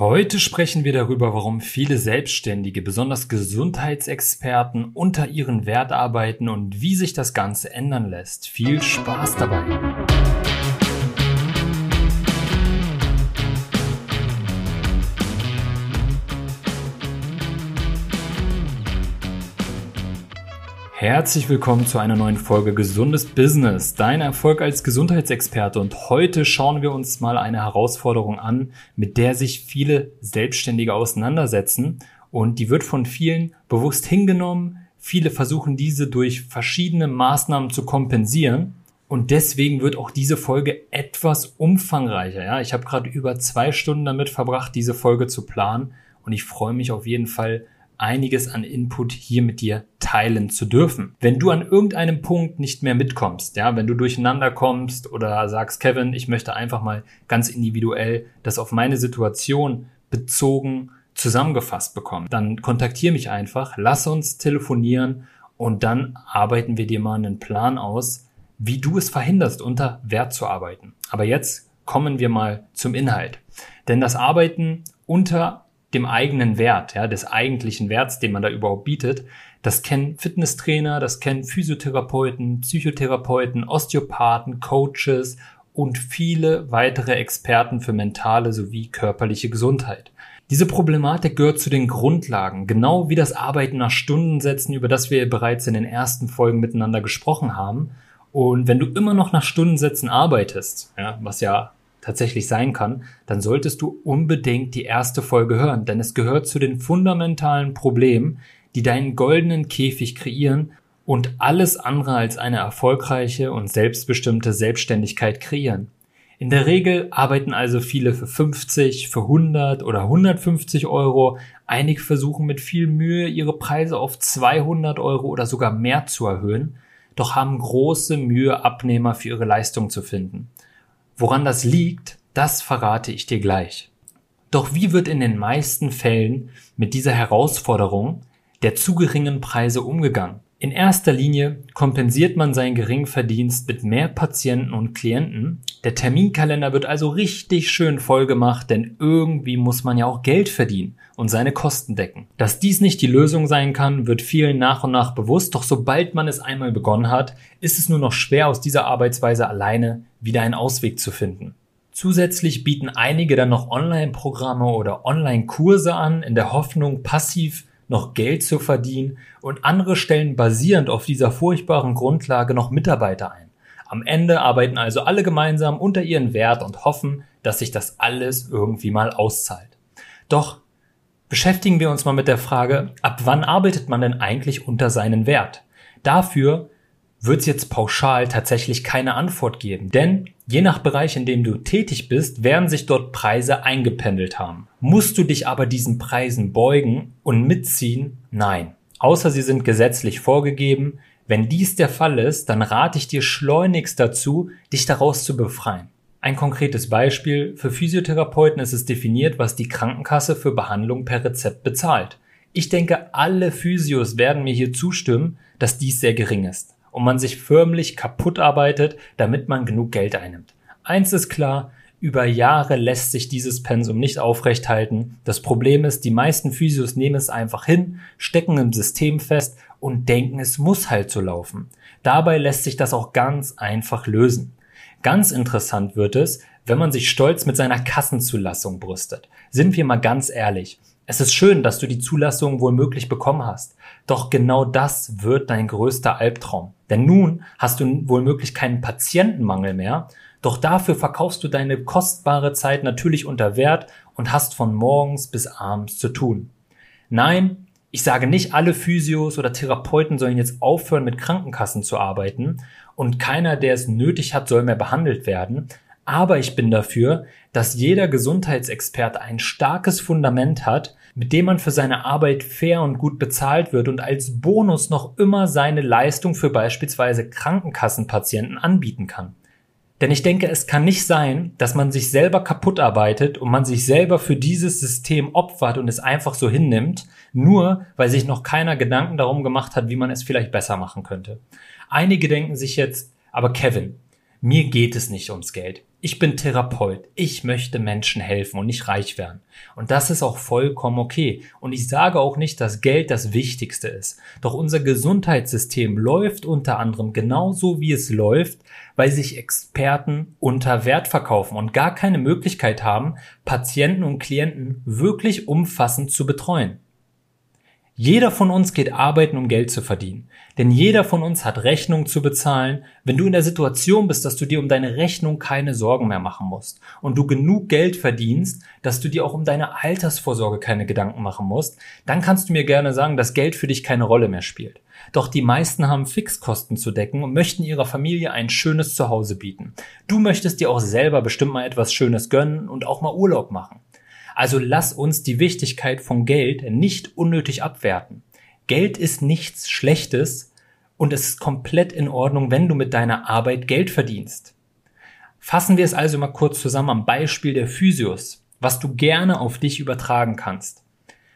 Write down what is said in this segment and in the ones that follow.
Heute sprechen wir darüber, warum viele Selbstständige, besonders Gesundheitsexperten, unter ihren Wert arbeiten und wie sich das Ganze ändern lässt. Viel Spaß dabei! Herzlich willkommen zu einer neuen Folge Gesundes Business, dein Erfolg als Gesundheitsexperte. Und heute schauen wir uns mal eine Herausforderung an, mit der sich viele Selbstständige auseinandersetzen. Und die wird von vielen bewusst hingenommen. Viele versuchen diese durch verschiedene Maßnahmen zu kompensieren. Und deswegen wird auch diese Folge etwas umfangreicher. Ja, ich habe gerade über 2 Stunden damit verbracht, diese Folge zu planen. Und ich freue mich auf jeden Fall, einiges an Input hier mit dir teilen zu dürfen. Wenn du an irgendeinem Punkt nicht mehr mitkommst, ja, wenn du durcheinander kommst oder sagst, Kevin, ich möchte einfach mal ganz individuell das auf meine Situation bezogen zusammengefasst bekommen, dann kontaktiere mich einfach, lass uns telefonieren und dann arbeiten wir dir mal einen Plan aus, wie du es verhinderst, unter Wert zu arbeiten. Aber jetzt kommen wir mal zum Inhalt. Denn das Arbeiten unter dem eigenen Wert, ja, des eigentlichen Werts, den man da überhaupt bietet, das kennen Fitnesstrainer, das kennen Physiotherapeuten, Psychotherapeuten, Osteopathen, Coaches und viele weitere Experten für mentale sowie körperliche Gesundheit. Diese Problematik gehört zu den Grundlagen, genau wie das Arbeiten nach Stundensätzen, über das wir bereits in den ersten Folgen miteinander gesprochen haben. Und wenn du immer noch nach Stundensätzen arbeitest, ja, was ja tatsächlich sein kann, dann solltest du unbedingt die erste Folge hören, denn es gehört zu den fundamentalen Problemen, die deinen goldenen Käfig kreieren und alles andere als eine erfolgreiche und selbstbestimmte Selbstständigkeit kreieren. In der Regel arbeiten also viele für 50, für 100 oder 150 Euro. Einige versuchen mit viel Mühe, ihre Preise auf 200 Euro oder sogar mehr zu erhöhen, doch haben große Mühe, Abnehmer für ihre Leistung zu finden. Woran das liegt, das verrate ich dir gleich. Doch wie wird in den meisten Fällen mit dieser Herausforderung der zu geringen Preise umgegangen? In erster Linie kompensiert man seinen geringen Verdienst mit mehr Patienten und Klienten. Der Terminkalender wird also richtig schön voll gemacht, denn irgendwie muss man ja auch Geld verdienen und seine Kosten decken. Dass dies nicht die Lösung sein kann, wird vielen nach und nach bewusst, doch sobald man es einmal begonnen hat, ist es nur noch schwer, aus dieser Arbeitsweise alleine wieder einen Ausweg zu finden. Zusätzlich bieten einige dann noch Online-Programme oder Online-Kurse an, in der Hoffnung, passiv noch Geld zu verdienen, und andere stellen basierend auf dieser furchtbaren Grundlage noch Mitarbeiter ein. Am Ende arbeiten also alle gemeinsam unter ihren Wert und hoffen, dass sich das alles irgendwie mal auszahlt. Doch beschäftigen wir uns mal mit der Frage, ab wann arbeitet man denn eigentlich unter seinen Wert? Dafür wird es jetzt pauschal tatsächlich keine Antwort geben, denn je nach Bereich, in dem du tätig bist, werden sich dort Preise eingependelt haben. Musst du dich aber diesen Preisen beugen und mitziehen? Nein. Außer sie sind gesetzlich vorgegeben. Wenn dies der Fall ist, dann rate ich dir schleunigst dazu, dich daraus zu befreien. Ein konkretes Beispiel: Für Physiotherapeuten ist es definiert, was die Krankenkasse für Behandlung per Rezept bezahlt. Ich denke, alle Physios werden mir hier zustimmen, dass dies sehr gering ist und man sich förmlich kaputt arbeitet, damit man genug Geld einnimmt. Eins ist klar: Über Jahre lässt sich dieses Pensum nicht aufrechthalten. Das Problem ist, die meisten Physios nehmen es einfach hin, stecken im System fest und denken, es muss halt so laufen. Dabei lässt sich das auch ganz einfach lösen. Ganz interessant wird es, wenn man sich stolz mit seiner Kassenzulassung brüstet. Sind wir mal ganz ehrlich: Es ist schön, dass du die Zulassung wohl möglich bekommen hast. Doch genau das wird dein größter Albtraum. Denn nun hast du wohl möglich keinen Patientenmangel mehr, doch dafür verkaufst du deine kostbare Zeit natürlich unter Wert und hast von morgens bis abends zu tun. Nein, ich sage nicht, alle Physios oder Therapeuten sollen jetzt aufhören, mit Krankenkassen zu arbeiten und keiner, der es nötig hat, soll mehr behandelt werden. Aber ich bin dafür, dass jeder Gesundheitsexperte ein starkes Fundament hat, mit dem man für seine Arbeit fair und gut bezahlt wird und als Bonus noch immer seine Leistung für beispielsweise Krankenkassenpatienten anbieten kann. Denn ich denke, es kann nicht sein, dass man sich selber kaputt arbeitet und man sich selber für dieses System opfert und es einfach so hinnimmt, nur weil sich noch keiner Gedanken darum gemacht hat, wie man es vielleicht besser machen könnte. Einige denken sich jetzt, aber Kevin, mir geht es nicht ums Geld. Ich bin Therapeut. Ich möchte Menschen helfen und nicht reich werden. Und das ist auch vollkommen okay. Und ich sage auch nicht, dass Geld das Wichtigste ist. Doch unser Gesundheitssystem läuft unter anderem genauso, wie es läuft, weil sich Experten unter Wert verkaufen und gar keine Möglichkeit haben, Patienten und Klienten wirklich umfassend zu betreuen. Jeder von uns geht arbeiten, um Geld zu verdienen. Denn jeder von uns hat Rechnungen zu bezahlen. Wenn du in der Situation bist, dass du dir um deine Rechnung keine Sorgen mehr machen musst und du genug Geld verdienst, dass du dir auch um deine Altersvorsorge keine Gedanken machen musst, dann kannst du mir gerne sagen, dass Geld für dich keine Rolle mehr spielt. Doch die meisten haben Fixkosten zu decken und möchten ihrer Familie ein schönes Zuhause bieten. Du möchtest dir auch selber bestimmt mal etwas Schönes gönnen und auch mal Urlaub machen. Also lass uns die Wichtigkeit von Geld nicht unnötig abwerten. Geld ist nichts Schlechtes und es ist komplett in Ordnung, wenn du mit deiner Arbeit Geld verdienst. Fassen wir es also mal kurz zusammen am Beispiel der Physios, was du gerne auf dich übertragen kannst.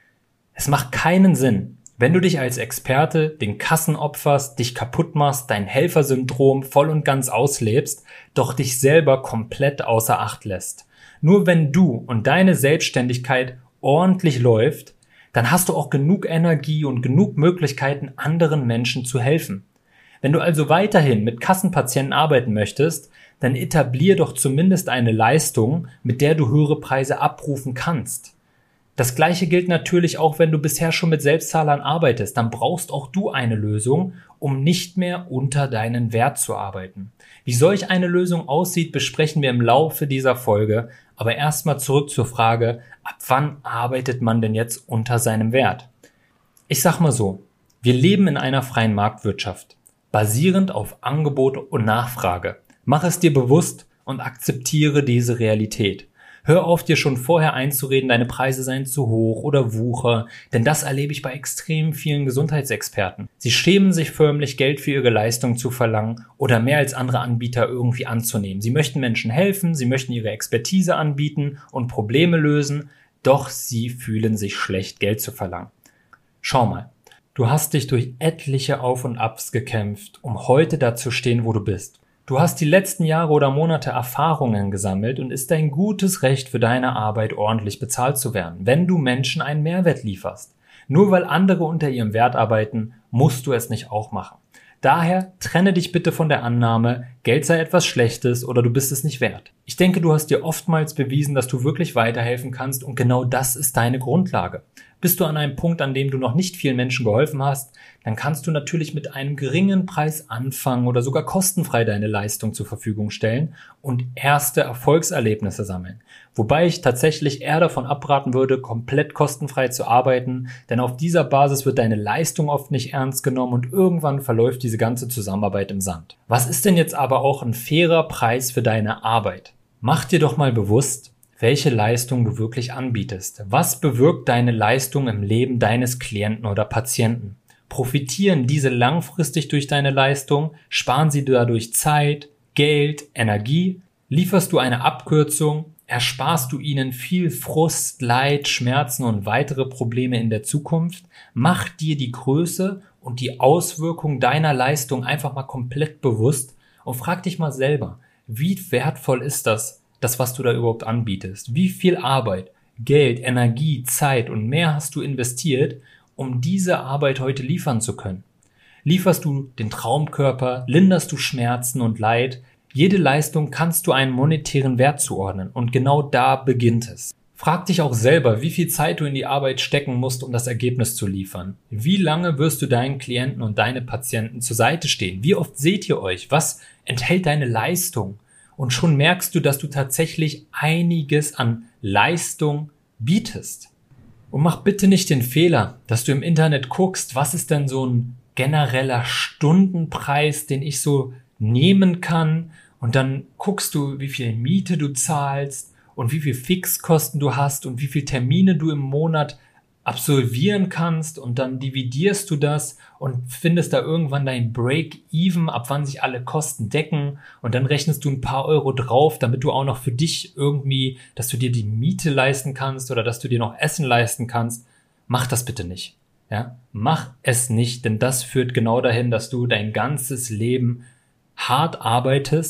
Es macht keinen Sinn, wenn du dich als Experte den Kassen opferst, dich kaputt machst, dein Helfersyndrom voll und ganz auslebst, doch dich selber komplett außer Acht lässt. Nur wenn du und deine Selbstständigkeit ordentlich läuft, dann hast du auch genug Energie und genug Möglichkeiten, anderen Menschen zu helfen. Wenn du also weiterhin mit Kassenpatienten arbeiten möchtest, dann etablier doch zumindest eine Leistung, mit der du höhere Preise abrufen kannst. Das Gleiche gilt natürlich auch, wenn du bisher schon mit Selbstzahlern arbeitest. Dann brauchst auch du eine Lösung, um nicht mehr unter deinen Wert zu arbeiten. Wie solch eine Lösung aussieht, besprechen wir im Laufe dieser Folge. Aber erstmal zurück zur Frage, ab wann arbeitet man denn jetzt unter seinem Wert? Ich sag mal so, wir leben in einer freien Marktwirtschaft, basierend auf Angebot und Nachfrage. Mach es dir bewusst und akzeptiere diese Realität. Hör auf, dir schon vorher einzureden, deine Preise seien zu hoch oder Wucher, denn das erlebe ich bei extrem vielen Gesundheitsexperten. Sie schämen sich förmlich, Geld für ihre Leistung zu verlangen oder mehr als andere Anbieter irgendwie anzunehmen. Sie möchten Menschen helfen, sie möchten ihre Expertise anbieten und Probleme lösen, doch sie fühlen sich schlecht, Geld zu verlangen. Schau mal, du hast dich durch etliche Auf und Abs gekämpft, um heute da zu stehen, wo du bist. Du hast die letzten Jahre oder Monate Erfahrungen gesammelt und ist dein gutes Recht für deine Arbeit ordentlich bezahlt zu werden, wenn du Menschen einen Mehrwert lieferst. Nur weil andere unter ihrem Wert arbeiten, musst du es nicht auch machen. Daher trenne dich bitte von der Annahme, Geld sei etwas Schlechtes oder du bist es nicht wert. Ich denke, du hast dir oftmals bewiesen, dass du wirklich weiterhelfen kannst und genau das ist deine Grundlage. Bist du an einem Punkt, an dem du noch nicht vielen Menschen geholfen hast, dann kannst du natürlich mit einem geringen Preis anfangen oder sogar kostenfrei deine Leistung zur Verfügung stellen und erste Erfolgserlebnisse sammeln. Wobei ich tatsächlich eher davon abraten würde, komplett kostenfrei zu arbeiten, denn auf dieser Basis wird deine Leistung oft nicht ernst genommen und irgendwann verläuft diese ganze Zusammenarbeit im Sand. Was ist denn jetzt aber auch ein fairer Preis für deine Arbeit? Mach dir doch mal bewusst, welche Leistung du wirklich anbietest. Was bewirkt deine Leistung im Leben deines Klienten oder Patienten? Profitieren diese langfristig durch deine Leistung? Sparen sie dadurch Zeit, Geld, Energie? Lieferst du eine Abkürzung? Ersparst du ihnen viel Frust, Leid, Schmerzen und weitere Probleme in der Zukunft? Mach dir die Größe und die Auswirkung deiner Leistung einfach mal komplett bewusst und frag dich mal selber, wie wertvoll ist das, was du da überhaupt anbietest? Wie viel Arbeit, Geld, Energie, Zeit und mehr hast du investiert, um diese Arbeit heute liefern zu können? Lieferst du den Traumkörper, linderst du Schmerzen und Leid? Jede Leistung kannst du einen monetären Wert zuordnen und genau da beginnt es. Frag dich auch selber, wie viel Zeit du in die Arbeit stecken musst, um das Ergebnis zu liefern. Wie lange wirst du deinen Klienten und deine Patienten zur Seite stehen? Wie oft seht ihr euch? Was enthält deine Leistung? Und schon merkst du, dass du tatsächlich einiges an Leistung bietest. Und mach bitte nicht den Fehler, dass du im Internet guckst, was ist denn so ein genereller Stundenpreis, den ich so nehmen kann. Und dann guckst du, wie viel Miete du zahlst und wie viel Fixkosten du hast und wie viel Termine du im Monat absolvieren kannst und dann dividierst du das und findest da irgendwann dein Break-Even, ab wann sich alle Kosten decken und dann rechnest du ein paar Euro drauf, damit du auch noch für dich irgendwie, dass du dir die Miete leisten kannst oder dass du dir noch Essen leisten kannst. Mach das bitte nicht. Ja? Mach es nicht, denn das führt genau dahin, dass du dein ganzes Leben hart arbeitest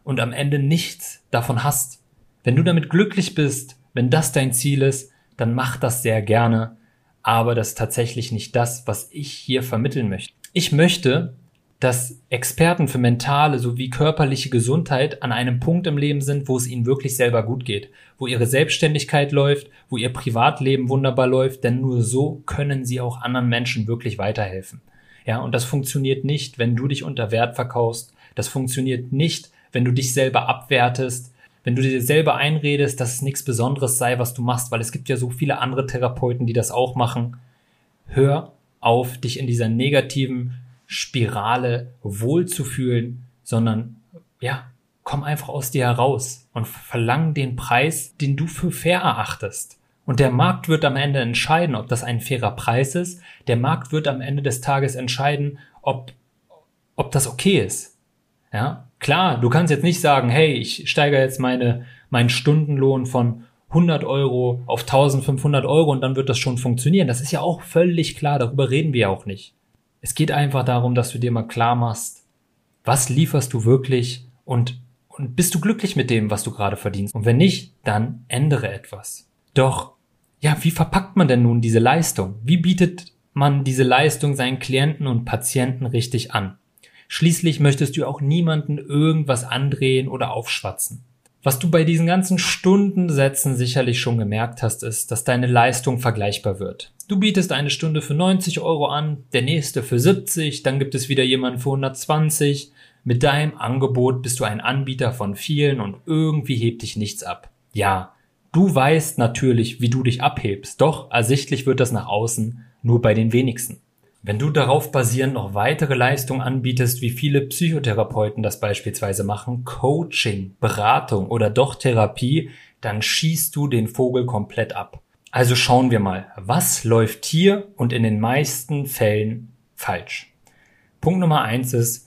und am Ende nichts davon hast. Wenn du damit glücklich bist, wenn das dein Ziel ist, dann mach das sehr gerne, aber das ist tatsächlich nicht das, was ich hier vermitteln möchte. Ich möchte, dass Experten für mentale sowie körperliche Gesundheit an einem Punkt im Leben sind, wo es ihnen wirklich selber gut geht, wo ihre Selbstständigkeit läuft, wo ihr Privatleben wunderbar läuft, denn nur so können sie auch anderen Menschen wirklich weiterhelfen. Ja, und das funktioniert nicht, wenn du dich unter Wert verkaufst. Das funktioniert nicht, wenn du dich selber abwertest, wenn du dir selber einredest, dass es nichts Besonderes sei, was du machst, weil es gibt ja so viele andere Therapeuten, die das auch machen. Hör auf, dich in dieser negativen Spirale wohlzufühlen, sondern komm einfach aus dir heraus und verlang den Preis, den du für fair erachtest. Und der Markt wird am Ende entscheiden, ob das ein fairer Preis ist. Der Markt wird am Ende des Tages entscheiden, ob das okay ist. Ja, klar, du kannst jetzt nicht sagen, hey, ich steigere jetzt meinen Stundenlohn von 100 Euro auf 1500 Euro und dann wird das schon funktionieren. Das ist ja auch völlig klar, darüber reden wir ja auch nicht. Es geht einfach darum, dass du dir mal klar machst, was lieferst du wirklich und bist du glücklich mit dem, was du gerade verdienst? Und wenn nicht, dann ändere etwas. Doch, wie verpackt man denn nun diese Leistung? Wie bietet man diese Leistung seinen Klienten und Patienten richtig an? Schließlich möchtest du auch niemanden irgendwas andrehen oder aufschwatzen. Was du bei diesen ganzen Stundensätzen sicherlich schon gemerkt hast, ist, dass deine Leistung vergleichbar wird. Du bietest eine Stunde für 90 Euro an, der nächste für 70, dann gibt es wieder jemanden für 120. Mit deinem Angebot bist du ein Anbieter von vielen und irgendwie hebt dich nichts ab. Ja, du weißt natürlich, wie du dich abhebst, doch ersichtlich wird das nach außen nur bei den wenigsten. Wenn du darauf basierend noch weitere Leistungen anbietest, wie viele Psychotherapeuten das beispielsweise machen, Coaching, Beratung oder doch Therapie, dann schießt du den Vogel komplett ab. Also schauen wir mal, was läuft hier und in den meisten Fällen falsch. Punkt Nummer 1 ist,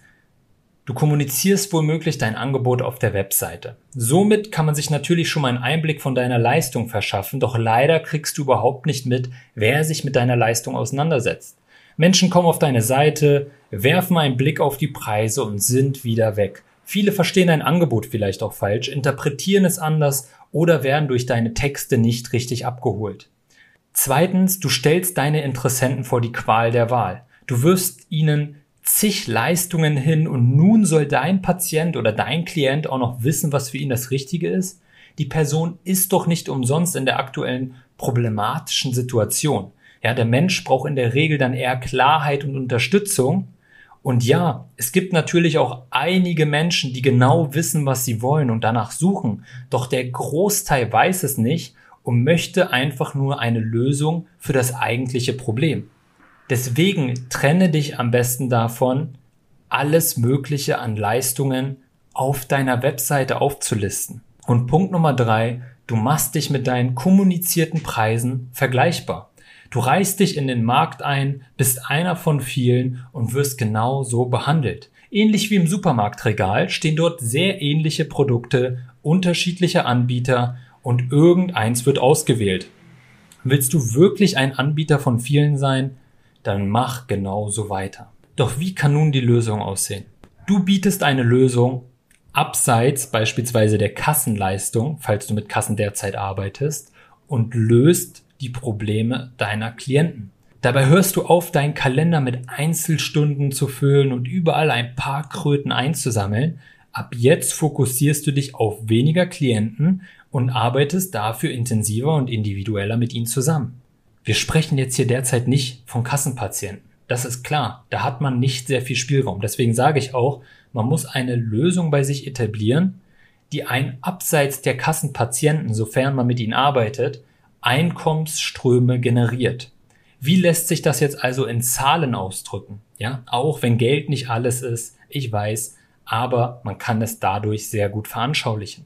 du kommunizierst womöglich dein Angebot auf der Webseite. Somit kann man sich natürlich schon mal einen Einblick von deiner Leistung verschaffen, doch leider kriegst du überhaupt nicht mit, wer sich mit deiner Leistung auseinandersetzt. Menschen kommen auf deine Seite, werfen einen Blick auf die Preise und sind wieder weg. Viele verstehen dein Angebot vielleicht auch falsch, interpretieren es anders oder werden durch deine Texte nicht richtig abgeholt. Zweitens, du stellst deine Interessenten vor die Qual der Wahl. Du wirfst ihnen zig Leistungen hin und nun soll dein Patient oder dein Klient auch noch wissen, was für ihn das Richtige ist? Die Person ist doch nicht umsonst in der aktuellen problematischen Situation. Ja, der Mensch braucht in der Regel dann eher Klarheit und Unterstützung. Und ja, es gibt natürlich auch einige Menschen, die genau wissen, was sie wollen und danach suchen. Doch der Großteil weiß es nicht und möchte einfach nur eine Lösung für das eigentliche Problem. Deswegen trenne dich am besten davon, alles Mögliche an Leistungen auf deiner Webseite aufzulisten. Und Punkt Nummer 3, du machst dich mit deinen kommunizierten Preisen vergleichbar. Du reißt dich in den Markt ein, bist einer von vielen und wirst genau so behandelt. Ähnlich wie im Supermarktregal stehen dort sehr ähnliche Produkte, unterschiedliche Anbieter und irgendeins wird ausgewählt. Willst du wirklich ein Anbieter von vielen sein? Dann mach genau so weiter. Doch wie kann nun die Lösung aussehen? Du bietest eine Lösung abseits beispielsweise der Kassenleistung, falls du mit Kassen derzeit arbeitest, und löst die Probleme deiner Klienten. Dabei hörst du auf, deinen Kalender mit Einzelstunden zu füllen und überall ein paar Kröten einzusammeln. Ab jetzt fokussierst du dich auf weniger Klienten und arbeitest dafür intensiver und individueller mit ihnen zusammen. Wir sprechen jetzt hier derzeit nicht von Kassenpatienten. Das ist klar, da hat man nicht sehr viel Spielraum. Deswegen sage ich auch, man muss eine Lösung bei sich etablieren, die einen abseits der Kassenpatienten, sofern man mit ihnen arbeitet, Einkommensströme generiert. Wie lässt sich das jetzt also in Zahlen ausdrücken? Ja, auch wenn Geld nicht alles ist, ich weiß, aber man kann es dadurch sehr gut veranschaulichen.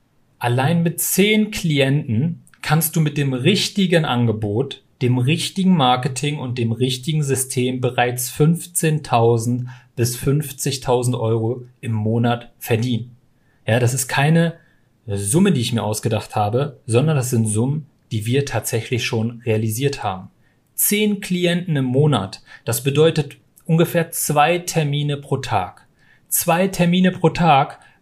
Allein mit 10 Klienten kannst du mit dem richtigen Angebot, dem richtigen Marketing und dem richtigen System bereits 15.000 bis 50.000 Euro im Monat verdienen. Ja, das ist keine Summe, die ich mir ausgedacht habe, sondern das sind Summen, die wir tatsächlich schon realisiert haben. 10 Klienten im Monat, das bedeutet ungefähr 2 Termine pro Tag. 2 Termine pro Tag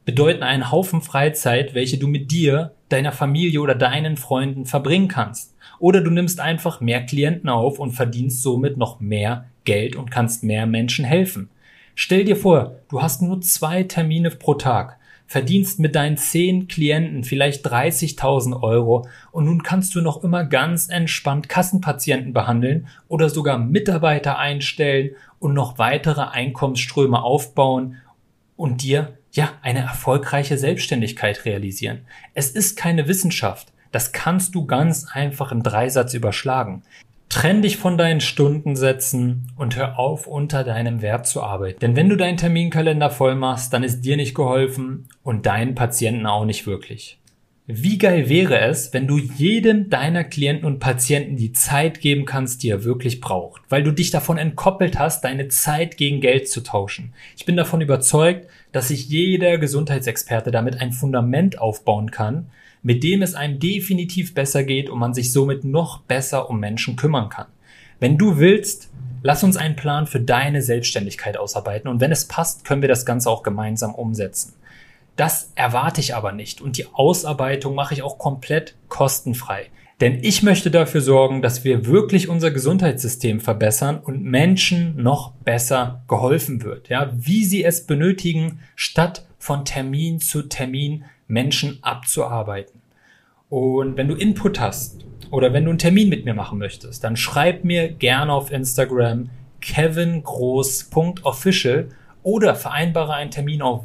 bedeuten einen Haufen Freizeit, welche du mit dir, deiner Familie oder deinen Freunden verbringen kannst. Oder du nimmst einfach mehr Klienten auf und verdienst somit noch mehr Geld und kannst mehr Menschen helfen. Stell dir vor, du hast nur 2 Termine pro Tag, verdienst mit deinen 10 Klienten vielleicht 30.000 Euro und nun kannst du noch immer ganz entspannt Kassenpatienten behandeln oder sogar Mitarbeiter einstellen und noch weitere Einkommensströme aufbauen und dir eine erfolgreiche Selbstständigkeit realisieren. Es ist keine Wissenschaft. Das kannst du ganz einfach im Dreisatz überschlagen. Trenn dich von deinen Stundensätzen und hör auf, unter deinem Wert zu arbeiten. Denn wenn du deinen Terminkalender voll machst, dann ist dir nicht geholfen und deinen Patienten auch nicht wirklich. Wie geil wäre es, wenn du jedem deiner Klienten und Patienten die Zeit geben kannst, die er wirklich braucht, weil du dich davon entkoppelt hast, deine Zeit gegen Geld zu tauschen. Ich bin davon überzeugt, dass sich jeder Gesundheitsexperte damit ein Fundament aufbauen kann, mit dem es einem definitiv besser geht und man sich somit noch besser um Menschen kümmern kann. Wenn du willst, lass uns einen Plan für deine Selbstständigkeit ausarbeiten und wenn es passt, können wir das Ganze auch gemeinsam umsetzen. Das erwarte ich aber nicht und die Ausarbeitung mache ich auch komplett kostenfrei. Denn ich möchte dafür sorgen, dass wir wirklich unser Gesundheitssystem verbessern und Menschen noch besser geholfen wird, wie sie es benötigen, statt von Termin zu Termin Menschen abzuarbeiten. Und wenn du Input hast oder wenn du einen Termin mit mir machen möchtest, dann schreib mir gerne auf Instagram kevingroß.official oder vereinbare einen Termin auf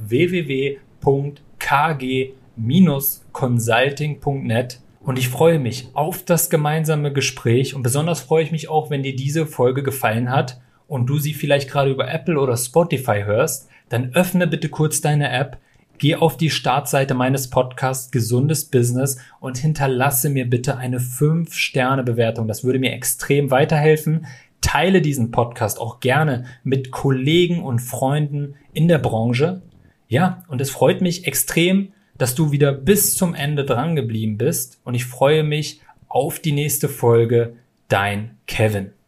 www.kg-consulting.net. Und ich freue mich auf das gemeinsame Gespräch und besonders freue ich mich auch, wenn dir diese Folge gefallen hat und du sie vielleicht gerade über Apple oder Spotify hörst, dann öffne bitte kurz deine App, geh auf die Startseite meines Podcasts Gesundes Business und hinterlasse mir bitte eine 5-Sterne-Bewertung. Das würde mir extrem weiterhelfen. Teile diesen Podcast auch gerne mit Kollegen und Freunden in der Branche. Ja, und es freut mich extrem, dass du wieder bis zum Ende dran geblieben bist und ich freue mich auf die nächste Folge. Dein Kevin.